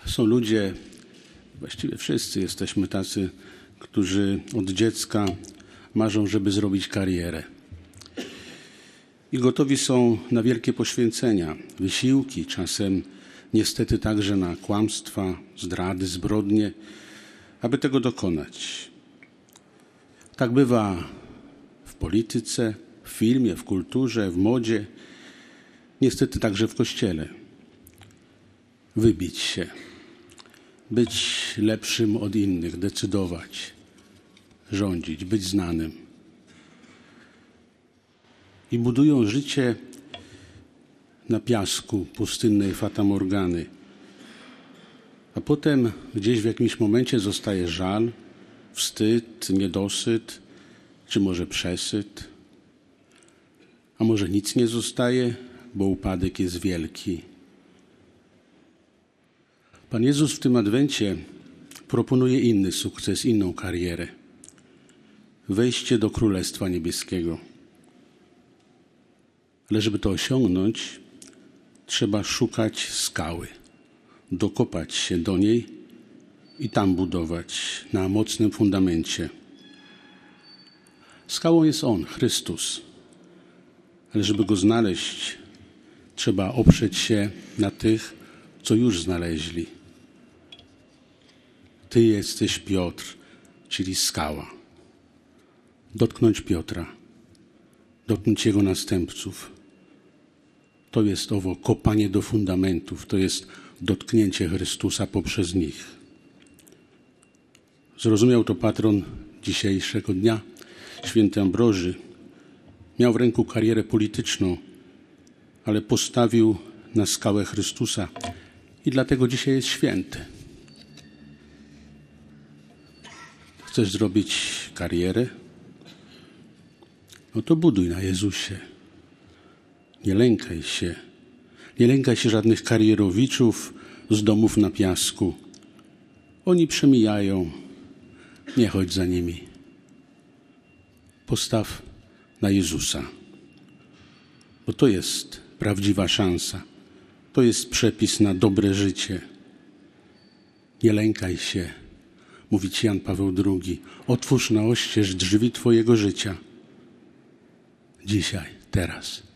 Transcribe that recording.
Są ludzie, właściwie wszyscy jesteśmy tacy, którzy od dziecka marzą, żeby zrobić karierę. I gotowi są na wielkie poświęcenia, wysiłki, czasem niestety także na kłamstwa, zdrady, zbrodnie, aby tego dokonać. Tak bywa w polityce, w filmie, w kulturze, w modzie, niestety także w Kościele. Wybić się, być lepszym od innych, decydować, rządzić, być znanym. I budują życie na piasku pustynnej fatamorgany. A potem gdzieś w jakimś momencie zostaje żal, wstyd, niedosyt, czy może przesyt. A może nic nie zostaje, bo upadek jest wielki. Pan Jezus w tym Adwencie proponuje inny sukces, inną karierę. Wejście do Królestwa Niebieskiego. Ale żeby to osiągnąć, trzeba szukać skały, dokopać się do niej i tam budować na mocnym fundamencie. Skałą jest On, Chrystus. Ale żeby Go znaleźć, trzeba oprzeć się na tych, co już znaleźli. Ty jesteś Piotr, czyli skała. Dotknąć Piotra, dotknąć Jego następców. To jest owo kopanie do fundamentów, to jest dotknięcie Chrystusa poprzez nich. Zrozumiał to patron dzisiejszego dnia, święty Ambroży. Miał w ręku karierę polityczną, ale postawił na skałę Chrystusa i dlatego dzisiaj jest święty. Chcesz zrobić karierę? No to buduj na Jezusie. Nie lękaj się. Nie lękaj się żadnych karierowiczów z domów na piasku. Oni przemijają. Nie chodź za nimi. Postaw na Jezusa. Bo to jest prawdziwa szansa. To jest przepis na dobre życie. Nie lękaj się, mówi Ci Jan Paweł II. Otwórz na oścież drzwi Twojego życia. Dzisiaj, teraz.